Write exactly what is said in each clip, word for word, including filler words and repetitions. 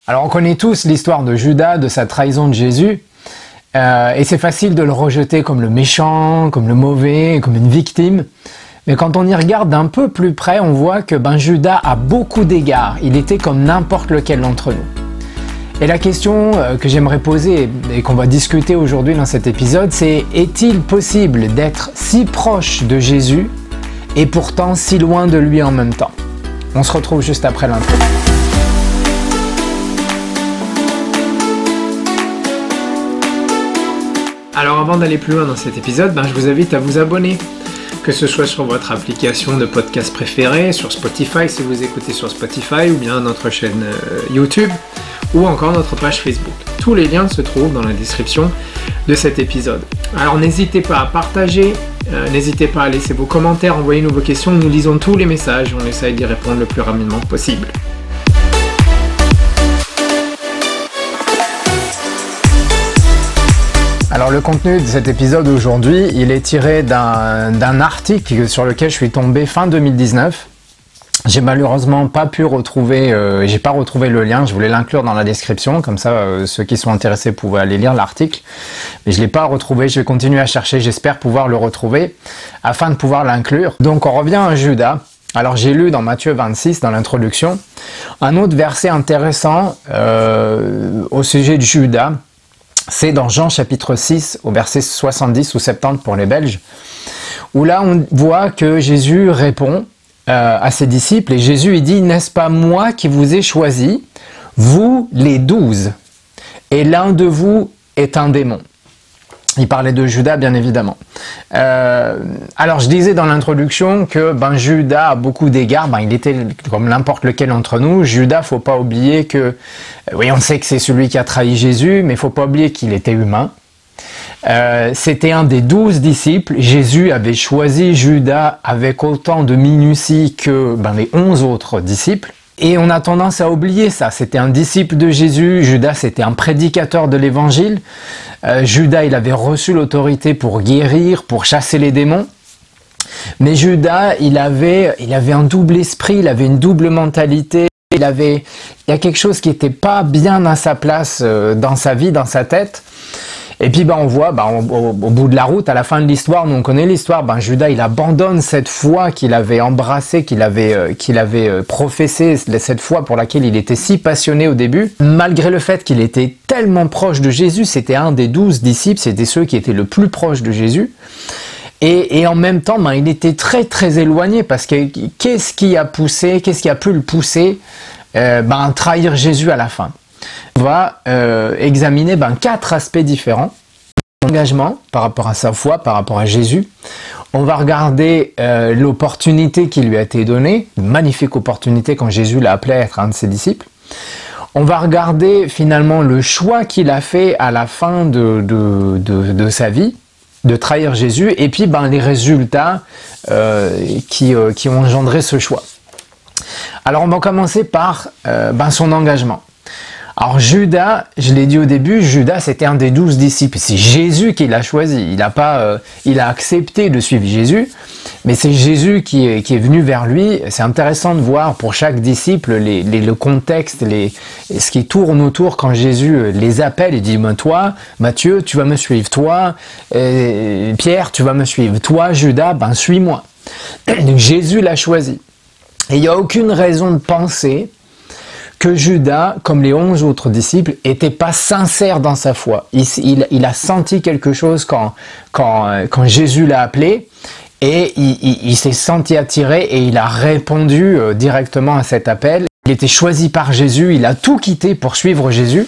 Alors on connaît tous l'histoire de Judas, de sa trahison de Jésus, euh, et c'est facile de le rejeter comme le méchant, comme le mauvais, comme une victime. Mais quand on y regarde d'un peu plus près, on voit que ben, Judas a beaucoup d'égards. Il était comme n'importe lequel d'entre nous. Et la question que j'aimerais poser et qu'on va discuter aujourd'hui dans cet épisode, c'est est-il possible d'être si proche de Jésus et pourtant si loin de lui en même temps? On se retrouve juste après l'intro. Alors avant d'aller plus loin dans cet épisode, ben, je vous invite à vous abonner. Que ce soit sur votre application de podcast préférée, sur Spotify si vous écoutez sur Spotify, ou bien notre chaîne euh, YouTube, ou encore notre page Facebook. Tous les liens se trouvent dans la description de cet épisode. Alors n'hésitez pas à partager, euh, n'hésitez pas à laisser vos commentaires, envoyez-nous vos questions, nous lisons tous les messages, on essaye d'y répondre le plus rapidement possible. Alors le contenu de cet épisode aujourd'hui, il est tiré d'un, d'un article sur lequel je suis tombé fin deux mille dix-neuf. J'ai malheureusement pas pu retrouver, euh, j'ai pas retrouvé le lien, je voulais l'inclure dans la description, comme ça euh, ceux qui sont intéressés pouvaient aller lire l'article. Mais je l'ai pas retrouvé, je vais continuer à chercher, j'espère pouvoir le retrouver afin de pouvoir l'inclure. Donc on revient à Judas. Alors j'ai lu dans Matthieu vingt-six, dans l'introduction, un autre verset intéressant euh, au sujet de Judas. C'est dans Jean chapitre six, au verset soixante-dix ou soixante-dix pour les Belges, où là on voit que Jésus répond euh, à ses disciples, et Jésus il dit « N'est-ce pas moi qui vous ai choisi, vous les douze, et l'un de vous est un démon ?» Il parlait de Judas, bien évidemment. Euh, alors, je disais dans l'introduction que ben, Judas, à beaucoup d'égards, ben, il était comme n'importe lequel d'entre nous. Judas, faut pas oublier que, oui, on sait que c'est celui qui a trahi Jésus, mais faut pas oublier qu'il était humain. Euh, c'était un des douze disciples. Jésus avait choisi Judas avec autant de minutie que ben, les onze autres disciples. Et on a tendance à oublier ça. C'était un disciple de Jésus. Judas, c'était un prédicateur de l'évangile. Euh, Judas, il avait reçu l'autorité pour guérir, pour chasser les démons. Mais Judas, il avait, il avait un double esprit, il avait une double mentalité. Il avait, il y a quelque chose qui n'était pas bien à sa place euh, dans sa vie, dans sa tête. Et puis ben, on voit, ben, au, au, au bout de la route, à la fin de l'histoire, nous on connaît l'histoire, ben, Judas il abandonne cette foi qu'il avait embrassée, qu'il avait, euh, qu'il avait euh, professée, cette foi pour laquelle il était si passionné au début. Malgré le fait qu'il était tellement proche de Jésus, c'était un des douze disciples, c'était ceux qui étaient le plus proches de Jésus. Et, et en même temps, ben, il était très très éloigné parce que qu'est-ce qui a poussé, qu'est-ce qui a pu le pousser euh, ben, à trahir Jésus à la fin? On va euh, examiner ben, quatre aspects différents. L'engagement par rapport à sa foi, par rapport à Jésus. On va regarder euh, l'opportunité qui lui a été donnée, une magnifique opportunité quand Jésus l'a appelé à être un de ses disciples. On va regarder finalement le choix qu'il a fait à la fin de, de, de, de sa vie, de trahir Jésus, et puis ben, les résultats euh, qui, euh, qui ont engendré ce choix. Alors on va commencer par euh, ben, son engagement. Alors Judas, je l'ai dit au début, Judas c'était un des douze disciples. C'est Jésus qui l'a choisi. Il a pas, euh, il a accepté de suivre Jésus, mais c'est Jésus qui est, qui est venu vers lui. C'est intéressant de voir pour chaque disciple les, les, le contexte, les, ce qui tourne autour quand Jésus les appelle. Il dit ben, toi, Matthieu, tu vas me suivre. Toi, euh, Pierre, tu vas me suivre. Toi, Judas, ben suis-moi. Donc Jésus l'a choisi. Et il n'y a aucune raison de penser que Judas, comme les onze autres disciples, n'était pas sincère dans sa foi. Il, il, il a senti quelque chose quand, quand, quand Jésus l'a appelé et il, il, il s'est senti attiré et il a répondu euh, directement à cet appel. Il était choisi par Jésus, il a tout quitté pour suivre Jésus.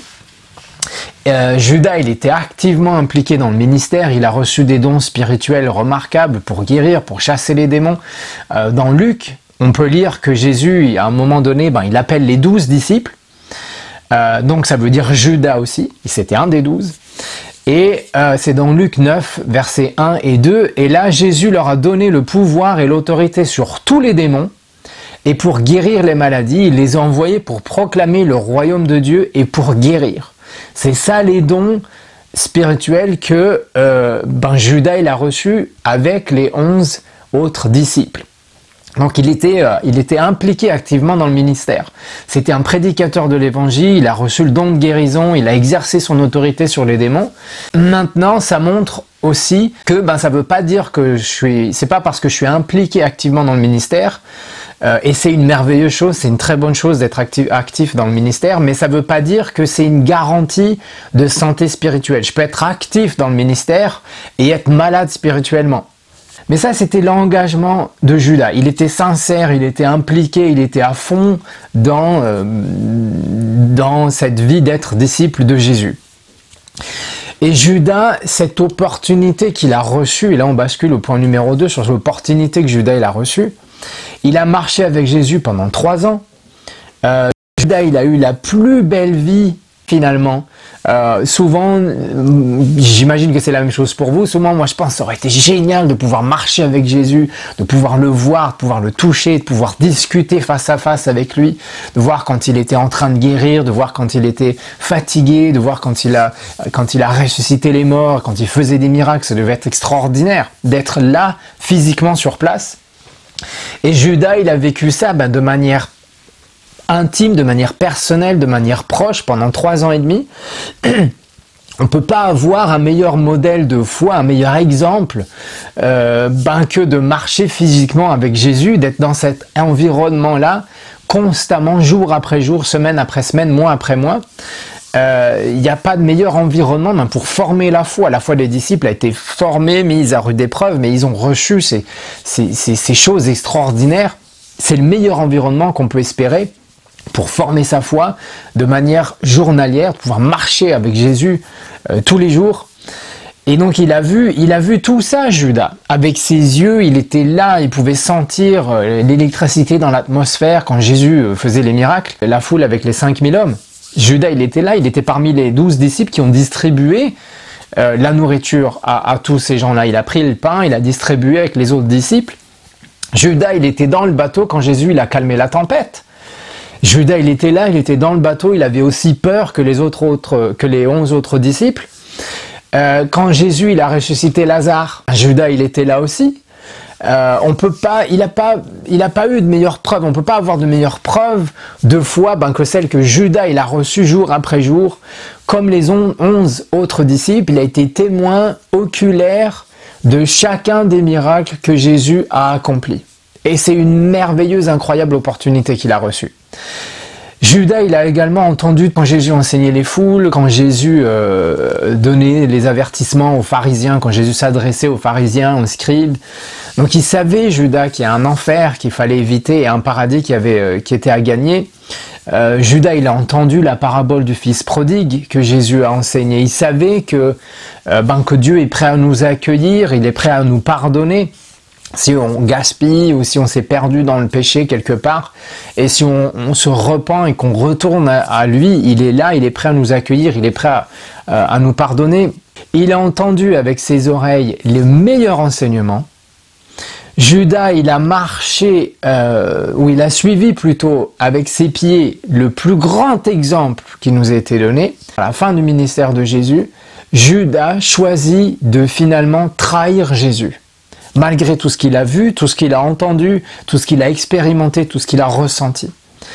Euh, Judas, il était activement impliqué dans le ministère, il a reçu des dons spirituels remarquables pour guérir, pour chasser les démons. Euh, dans Luc, on peut lire que Jésus, à un moment donné, ben, il appelle les douze disciples. Euh, donc ça veut dire Judas aussi, c'était un des douze. Et euh, c'est dans Luc neuf, versets un et deux. Et là, Jésus leur a donné le pouvoir et l'autorité sur tous les démons. Et pour guérir les maladies, il les a envoyés pour proclamer le royaume de Dieu et pour guérir. C'est ça les dons spirituels que euh, ben, Judas il a reçus avec les onze autres disciples. Donc il était, euh, il était impliqué activement dans le ministère. C'était un prédicateur de l'évangile, il a reçu le don de guérison, il a exercé son autorité sur les démons. Maintenant, ça montre aussi que ben, ça ne veut pas dire que je suis... C'est pas parce que je suis impliqué activement dans le ministère, euh, et c'est une merveilleuse chose, c'est une très bonne chose d'être actif, actif dans le ministère, mais ça ne veut pas dire que c'est une garantie de santé spirituelle. Je peux être actif dans le ministère et être malade spirituellement. Mais ça, c'était l'engagement de Judas. Il était sincère, il était impliqué, il était à fond dans, euh, dans cette vie d'être disciple de Jésus. Et Judas, cette opportunité qu'il a reçue, et là on bascule au point numéro deux sur l'opportunité que Judas il a reçue, il a marché avec Jésus pendant trois ans. Euh, Judas, il a eu la plus belle vie finalement. Euh, souvent, euh, j'imagine que c'est la même chose pour vous. Souvent, moi, je pense que ça aurait été génial de pouvoir marcher avec Jésus, de pouvoir le voir, de pouvoir le toucher, de pouvoir discuter face à face avec lui, de voir quand il était en train de guérir, de voir quand il était fatigué, de voir quand il a, quand il a ressuscité les morts, quand il faisait des miracles. Ça devait être extraordinaire d'être là, physiquement sur place. Et Judas, il a vécu ça ben, de manière intime, de manière personnelle, de manière proche pendant trois ans et demi. On ne peut pas avoir un meilleur modèle de foi, un meilleur exemple euh, ben que de marcher physiquement avec Jésus, d'être dans cet environnement-là constamment, jour après jour, semaine après semaine, mois après mois. Il euh, n'y a pas de meilleur environnement ben, pour former la foi. La foi des disciples a été formée, mise à rude épreuve, mais ils ont reçu ces, ces, ces, ces choses extraordinaires. C'est le meilleur environnement qu'on peut espérer pour former sa foi de manière journalière, pouvoir marcher avec Jésus euh, tous les jours. Et donc il a vu, il a vu tout ça, Judas. Avec ses yeux, il était là, il pouvait sentir euh, l'électricité dans l'atmosphère quand Jésus euh, faisait les miracles, la foule avec les cinq mille hommes. Judas, il était là, il était parmi les douze disciples qui ont distribué euh, la nourriture à, à tous ces gens-là. Il a pris le pain, il a distribué avec les autres disciples. Judas, il était dans le bateau quand Jésus il a calmé la tempête. Judas, il était là, il était dans le bateau, il avait aussi peur que les autres, autres que les onze autres disciples. Euh, quand Jésus, il a ressuscité Lazare, Judas, il était là aussi. Euh, on peut pas, il n'a pas, il a pas eu de meilleure preuve, on peut pas avoir de meilleure preuve de foi ben, que celle que Judas, il a reçue jour après jour. Comme les onze autres disciples, il a été témoin oculaire de chacun des miracles que Jésus a accomplis. Et c'est une merveilleuse, incroyable opportunité qu'il a reçue. Judas, il a également entendu quand Jésus enseignait les foules, quand Jésus euh, donnait les avertissements aux pharisiens, quand Jésus s'adressait aux pharisiens, aux scribes. Donc il savait, Judas, qu'il y a un enfer qu'il fallait éviter et un paradis qui, avait, euh, qui était à gagner. Euh, Judas, il a entendu la parabole du fils prodigue que Jésus a enseignée. Il savait que, euh, ben, que Dieu est prêt à nous accueillir, il est prêt à nous pardonner. Si on gaspille ou si on s'est perdu dans le péché quelque part, et si on, on se repent et qu'on retourne à, à lui, il est là, il est prêt à nous accueillir, il est prêt à, à nous pardonner. Il a entendu avec ses oreilles les meilleurs enseignements. Judas, il a marché, euh, ou il a suivi plutôt avec ses pieds le plus grand exemple qui nous a été donné. À la fin du ministère de Jésus, Judas choisit de finalement trahir Jésus. Malgré tout ce qu'il a vu, tout ce qu'il a entendu, tout ce qu'il a expérimenté, tout ce qu'il a ressenti.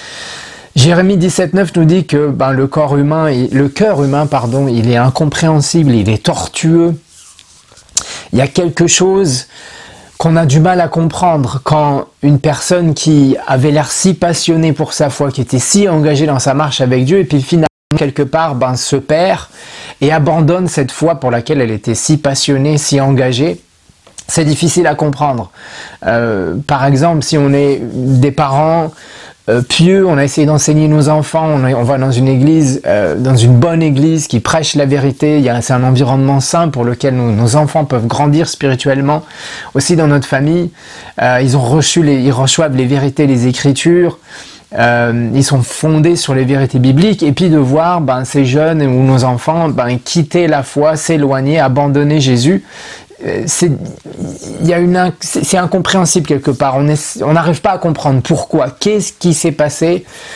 Jérémie dix-sept neuf nous dit que ben, le corps humain, le cœur humain, pardon, il est incompréhensible, il est tortueux. Il y a quelque chose qu'on a du mal à comprendre quand une personne qui avait l'air si passionnée pour sa foi, qui était si engagée dans sa marche avec Dieu, et puis finalement, quelque part, ben, se perd et abandonne cette foi pour laquelle elle était si passionnée, si engagée. C'est difficile à comprendre. Euh, par exemple, si on est des parents euh, pieux, on a essayé d'enseigner nos enfants, on, on va dans une église, euh, dans une bonne église qui prêche la vérité, il y a, c'est un environnement sain pour lequel nos, nos enfants peuvent grandir spirituellement. Aussi dans notre famille, euh, ils ont reçu les, ils reçoivent les vérités, les Écritures. Euh, ils sont fondés sur les vérités bibliques, et puis de voir ben, ces jeunes ou nos enfants ben, quitter la foi, s'éloigner, abandonner Jésus. C'est, il y a une, c'est incompréhensible quelque part. On n'arrive pas à comprendre pourquoi. Qu'est-ce qui s'est passé?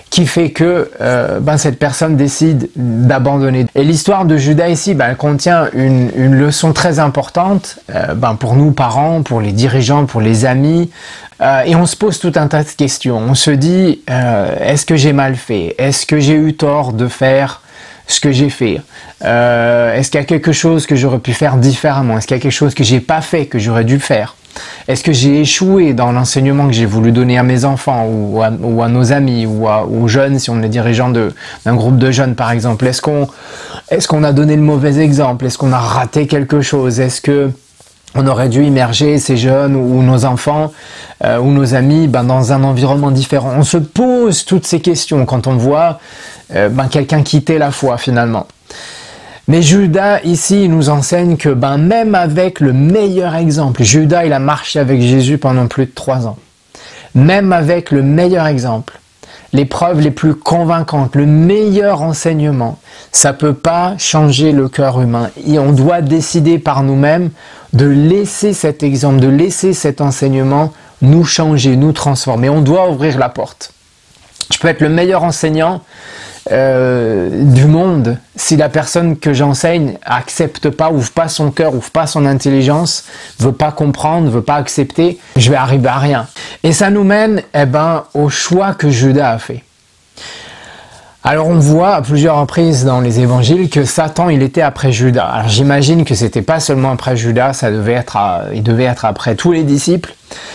qui fait que euh, ben, cette personne décide d'abandonner. Et l'histoire de Judas ici, ben, elle contient une, une leçon très importante euh, ben, pour nous parents, pour les dirigeants, pour les amis. Euh, et on se pose tout un tas de questions. On se dit, euh, est-ce que j'ai mal fait? Est-ce que j'ai eu tort de faire ce que j'ai fait? euh, Est-ce qu'il y a quelque chose que j'aurais pu faire différemment? Est-ce qu'il y a quelque chose que j'ai pas fait, que j'aurais dû faire? Est-ce que j'ai échoué dans l'enseignement que j'ai voulu donner à mes enfants ou à, ou à nos amis ou à, aux jeunes, si on est dirigeant de, d'un groupe de jeunes par exemple? Est-ce qu'on, est-ce qu'on a donné le mauvais exemple? Est-ce qu'on a raté quelque chose? Est-ce que on aurait dû immerger ces jeunes ou, ou nos enfants euh, ou nos amis ben, dans un environnement différent? On se pose toutes ces questions quand on voit euh, ben, quelqu'un quitter la foi finalement. Mais Judas, ici, il nous enseigne que ben, même avec le meilleur exemple, Judas, il a marché avec Jésus pendant plus de trois ans. Même avec le meilleur exemple, les preuves les plus convaincantes, le meilleur enseignement, ça ne peut pas changer le cœur humain. Et on doit décider par nous-mêmes de laisser cet exemple, de laisser cet enseignement nous changer, nous transformer. On doit ouvrir la porte. Je peux être le meilleur enseignant Euh, du monde, si la personne que j'enseigne accepte pas, ouvre pas son cœur, ouvre pas son intelligence, veut pas comprendre, veut pas accepter, je vais arriver à rien. Et ça nous mène eh ben, au choix que Judas a fait. Alors on voit à plusieurs reprises dans les évangiles que Satan il était après Judas. Alors j'imagine que c'était pas seulement après Judas, ça devait être à, il devait être après tous les disciples.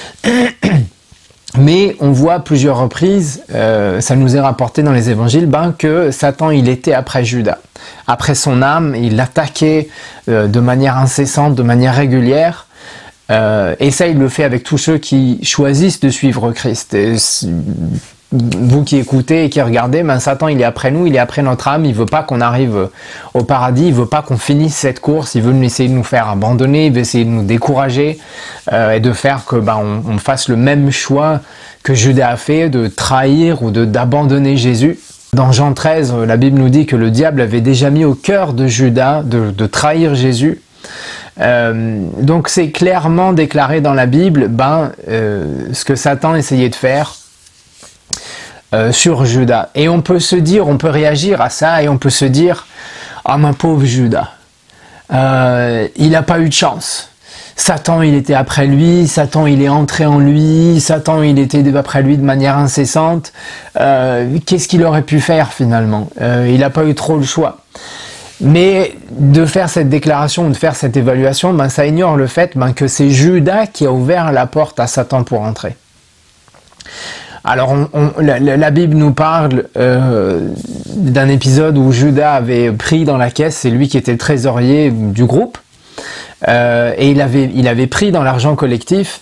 Mais on voit à plusieurs reprises, euh, ça nous est rapporté dans les évangiles, ben, que Satan il était après Judas. Après son âme, il l'attaquait euh, de manière incessante, de manière régulière. Euh, et ça, il le fait avec tous ceux qui choisissent de suivre Christ. Et vous qui écoutez et qui regardez, ben Satan il est après nous, il est après notre âme, il veut pas qu'on arrive au paradis, il veut pas qu'on finisse cette course, il veut essayer de nous faire abandonner, il veut essayer de nous décourager euh, et de faire que ben on, on fasse le même choix que Judas a fait, de trahir ou de d'abandonner Jésus. Dans Jean treize, la Bible nous dit que le diable avait déjà mis au cœur de Judas de, de trahir Jésus. Euh, donc c'est clairement déclaré dans la Bible ben, euh, ce que Satan essayait de faire Euh, sur Judas. Et on peut se dire, on peut réagir à ça et on peut se dire, ah mon pauvre Judas, euh, il n'a pas eu de chance. Satan il était après lui, Satan il est entré en lui, Satan il était après lui de manière incessante. Euh, qu'est-ce qu'il aurait pu faire finalement? euh, Il n'a pas eu trop le choix. Mais de faire cette déclaration, de faire cette évaluation, ben, ça ignore le fait ben, que c'est Judas qui a ouvert la porte à Satan pour entrer. Alors, on, on, la, la Bible nous parle euh, d'un épisode où Judas avait pris dans la caisse, c'est lui qui était le trésorier du groupe, euh, et il avait, il avait pris dans l'argent collectif,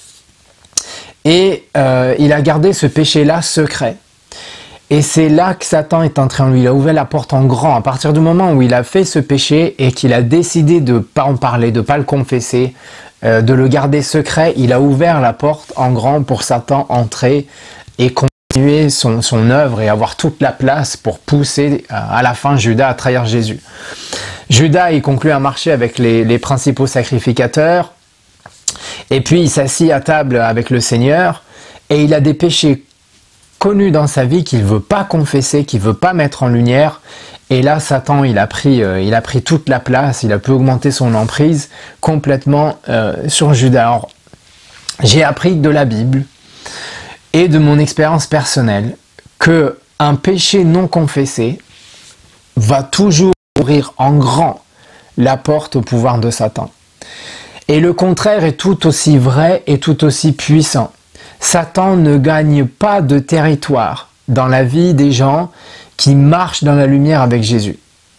et euh, il a gardé ce péché-là secret. Et c'est là que Satan est entré en lui, il a ouvert la porte en grand, à partir du moment où il a fait ce péché, et qu'il a décidé de ne pas en parler, de ne pas le confesser, euh, de le garder secret, il a ouvert la porte en grand pour Satan entrer, et continuer son, son œuvre et avoir toute la place pour pousser à la fin Judas à trahir Jésus. Judas, il conclut un marché avec les, les principaux sacrificateurs, et puis il s'assit à table avec le Seigneur, et il a des péchés connus dans sa vie qu'il ne veut pas confesser, qu'il ne veut pas mettre en lumière, et là Satan il a pris, euh, il a pris toute la place, il a pu augmenter son emprise complètement euh, sur Judas. Alors, j'ai appris de la Bible, et de mon expérience personnelle, que un péché non confessé va toujours ouvrir en grand la porte au pouvoir de Satan. Et le contraire est tout aussi vrai et tout aussi puissant. Satan ne gagne pas de territoire dans la vie des gens qui marchent dans la lumière avec Jésus.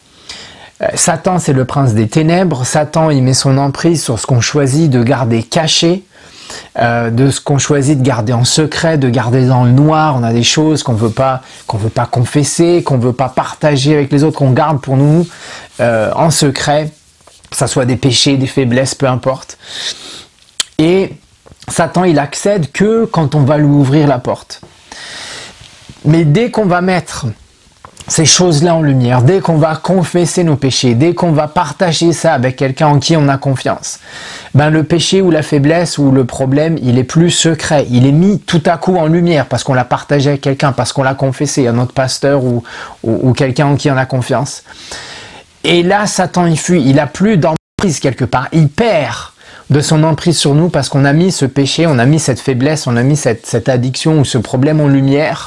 Satan, c'est le prince des ténèbres. Satan, il met son emprise sur ce qu'on choisit de garder caché, Euh, de ce qu'on choisit de garder en secret, de garder dans le noir. On a des choses qu'on veut pas, qu'on veut pas confesser, qu'on veut pas partager avec les autres, qu'on garde pour nous euh, en secret, que ça soit des péchés, des faiblesses, peu importe. Et Satan, il accède que quand on va lui ouvrir la porte. Mais dès qu'on va mettre ces choses-là en lumière, dès qu'on va confesser nos péchés, dès qu'on va partager ça avec quelqu'un en qui on a confiance, ben le péché ou la faiblesse ou le problème, il est plus secret, il est mis tout à coup en lumière parce qu'on l'a partagé avec quelqu'un, parce qu'on l'a confessé à notre pasteur ou, ou, ou quelqu'un en qui on a confiance. Et là, Satan, il fuit, il a plus d'emprise quelque part, il perd de son emprise sur nous parce qu'on a mis ce péché, on a mis cette faiblesse, on a mis cette, cette addiction ou ce problème en lumière.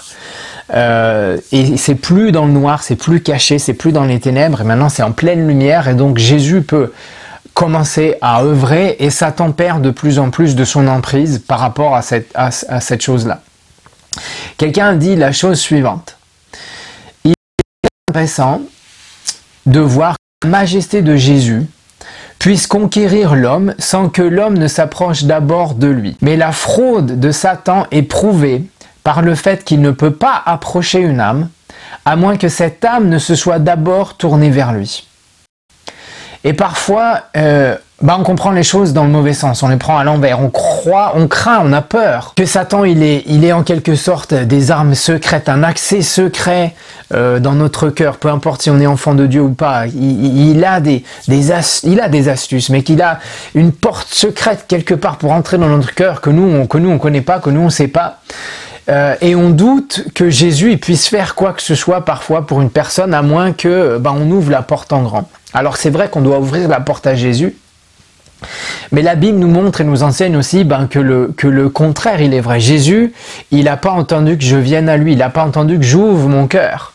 Euh, et c'est plus dans le noir, c'est plus caché, c'est plus dans les ténèbres, et maintenant c'est en pleine lumière, et donc Jésus peut commencer à œuvrer, et Satan perd de plus en plus de son emprise par rapport à cette, à, à cette chose-là. Quelqu'un dit la chose suivante: il est intéressant de voir que la majesté de Jésus puisse conquérir l'homme sans que l'homme ne s'approche d'abord de lui. Mais la fraude de Satan est prouvée par le fait qu'il ne peut pas approcher une âme, à moins que cette âme ne se soit d'abord tournée vers lui. Et parfois, euh, bah on comprend les choses dans le mauvais sens, on les prend à l'envers, on croit, on craint, on a peur que Satan, il est, il est en quelque sorte des armes secrètes, un accès secret euh, dans notre cœur, peu importe si on est enfant de Dieu ou pas, il, il, a, des, des as, il a des astuces, mais qu'il a une porte secrète quelque part pour entrer dans notre cœur que nous, on, que nous on connaît pas, que nous on sait pas. Euh, et on doute que Jésus il puisse faire quoi que ce soit parfois pour une personne, à moins que bah, on ouvre la porte en grand. Alors c'est vrai qu'on doit ouvrir la porte à Jésus, mais la Bible nous montre et nous enseigne aussi ben, que, le, que le contraire il est vrai. Jésus, il n'a pas entendu que je vienne à lui, il n'a pas entendu que j'ouvre mon cœur.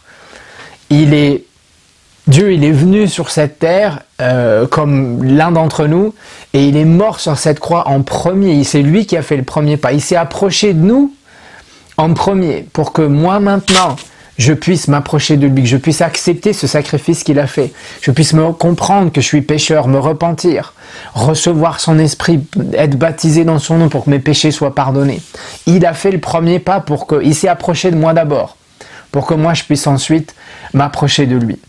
Il est, Dieu il est venu sur cette terre euh, comme l'un d'entre nous, et il est mort sur cette croix en premier. C'est lui qui a fait le premier pas, il s'est approché de nous en premier, pour que moi maintenant, je puisse m'approcher de lui, que je puisse accepter ce sacrifice qu'il a fait, je puisse me comprendre que je suis pécheur, me repentir, recevoir son esprit, être baptisé dans son nom pour que mes péchés soient pardonnés. Il a fait le premier pas pour que, il s'est approché de moi d'abord, pour que moi je puisse ensuite m'approcher de lui.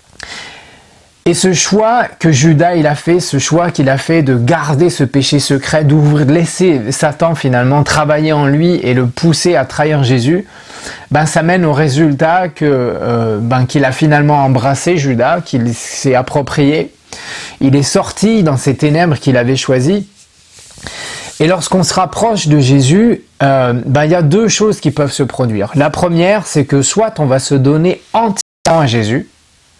Et ce choix que Judas il a fait, ce choix qu'il a fait de garder ce péché secret, d'ouvrir, de laisser Satan finalement travailler en lui et le pousser à trahir Jésus, ben ça mène au résultat que euh, ben qu'il a finalement embrassé Judas, qu'il s'est approprié, il est sorti dans ces ténèbres qu'il avait choisies. Et lorsqu'on se rapproche de Jésus, euh, ben il y a deux choses qui peuvent se produire. La première, c'est que soit on va se donner entièrement à Jésus.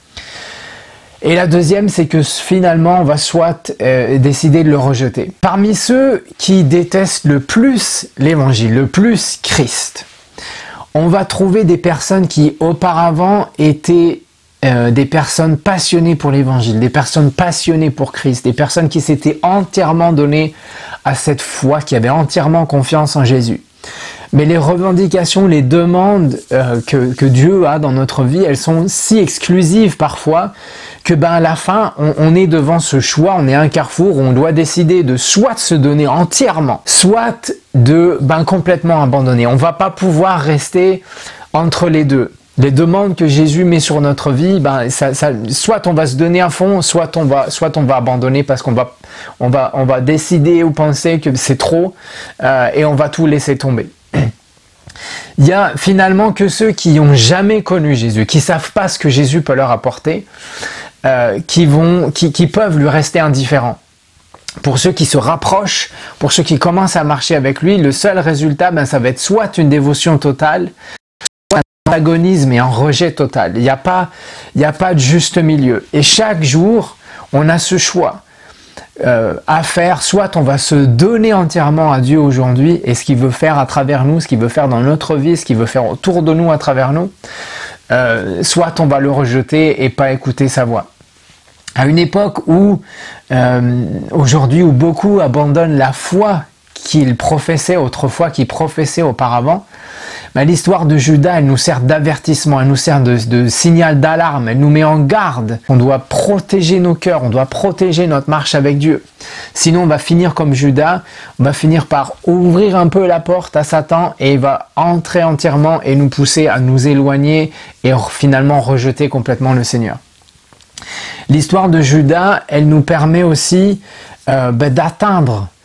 Et la deuxième, c'est que finalement, on va soit euh, décider de le rejeter. Parmi ceux qui détestent le plus l'évangile, le plus Christ, on va trouver des personnes qui auparavant étaient euh, des personnes passionnées pour l'évangile, des personnes passionnées pour Christ, des personnes qui s'étaient entièrement données à cette foi, qui avaient entièrement confiance en Jésus. Mais les revendications, les demandes euh, que, que Dieu a dans notre vie, elles sont si exclusives parfois que ben à la fin, on, on est devant ce choix, on est à un carrefour où on doit décider de soit se donner entièrement, soit de ben complètement abandonner. On va pas pouvoir rester entre les deux. Les demandes que Jésus met sur notre vie, ben ça, ça, soit on va se donner à fond, soit on va, soit on va abandonner parce qu'on va, on va, on va décider ou penser que c'est trop euh, et on va tout laisser tomber. Il y a finalement que ceux qui n'ont jamais connu Jésus, qui ne savent pas ce que Jésus peut leur apporter, euh, qui, vont, qui, qui peuvent lui rester indifférents. Pour ceux qui se rapprochent, pour ceux qui commencent à marcher avec lui, le seul résultat, ben, ça va être soit une dévotion totale, soit un antagonisme et un rejet total. Il n'y a pas, il n'y a pas de juste milieu. Et chaque jour, on a ce choix. Euh, à faire, soit on va se donner entièrement à Dieu aujourd'hui et ce qu'il veut faire à travers nous, ce qu'il veut faire dans notre vie, ce qu'il veut faire autour de nous à travers nous, euh, soit on va le rejeter et pas écouter sa voix. À une époque où, euh, aujourd'hui, où beaucoup abandonnent la foi qu'ils professaient autrefois, qu'ils professaient auparavant, ben, l'histoire de Judas, elle nous sert d'avertissement, elle nous sert de, de signal d'alarme, elle nous met en garde. On doit protéger nos cœurs, on doit protéger notre marche avec Dieu. Sinon, on va finir comme Judas, on va finir par ouvrir un peu la porte à Satan et il va entrer entièrement et nous pousser à nous éloigner et finalement rejeter complètement le Seigneur. L'histoire de Judas, elle nous permet aussi euh, ben, d'atteindre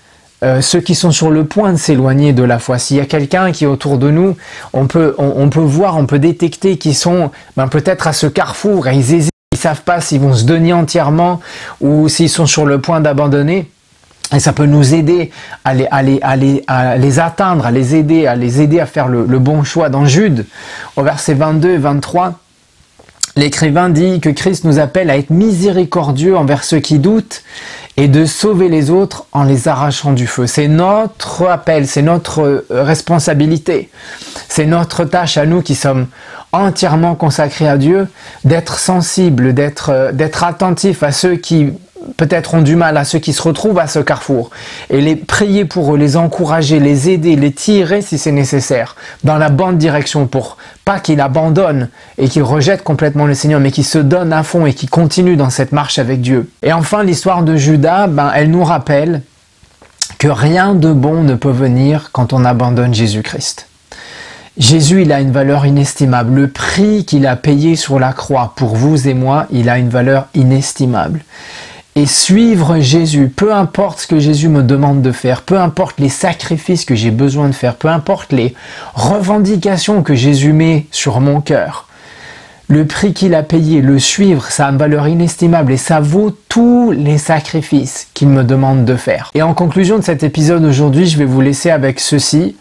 euh, ceux qui sont sur le point de s'éloigner de la foi. S'il y a quelqu'un qui est autour de nous, on peut, on, on peut voir, on peut détecter qu'ils sont ben, peut-être à ce carrefour et ils hésitent, ils ne savent pas s'ils vont se donner entièrement ou s'ils sont sur le point d'abandonner. Et ça peut nous aider à les, à, les, à, les, à les atteindre, à les aider, à les aider à faire le, le bon choix. Dans Jude, au verset vingt-deux et vingt-trois, l'écrivain dit que Christ nous appelle à être miséricordieux envers ceux qui doutent et de sauver les autres en les arrachant du feu. C'est notre appel, c'est notre responsabilité, c'est notre tâche à nous qui sommes entièrement consacrés à Dieu, d'être sensibles, d'être, d'être attentifs à ceux qui peut-être ont du mal, à ceux qui se retrouvent à ce carrefour, et les prier pour eux, les encourager, les aider, les tirer si c'est nécessaire, dans la bonne direction pour pas qu'ils abandonnent et qu'ils rejettent complètement le Seigneur, mais qu'ils se donnent à fond et qu'ils continuent dans cette marche avec Dieu. Et enfin, l'histoire de Judas, ben, elle nous rappelle que rien de bon ne peut venir quand on abandonne Jésus-Christ. Jésus, il a une valeur inestimable. Le prix qu'il a payé sur la croix pour vous et moi, il a une valeur inestimable. Et suivre Jésus, peu importe ce que Jésus me demande de faire, peu importe les sacrifices que j'ai besoin de faire, peu importe les revendications que Jésus met sur mon cœur, le prix qu'il a payé, le suivre, ça a une valeur inestimable et ça vaut tous les sacrifices qu'il me demande de faire. Et en conclusion de cet épisode aujourd'hui, je vais vous laisser avec ceci.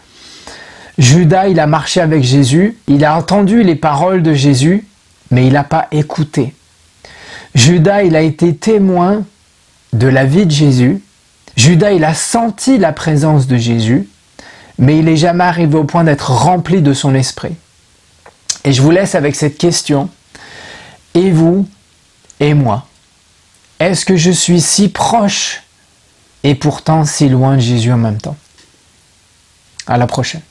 Judas, il a marché avec Jésus, il a entendu les paroles de Jésus, mais il n'a pas écouté. Judas, il a été témoin de la vie de Jésus. Judas, il a senti la présence de Jésus, mais il n'est jamais arrivé au point d'être rempli de son esprit. Et je vous laisse avec cette question. Et vous, et moi, est-ce que je suis si proche et pourtant si loin de Jésus en même temps? À la prochaine.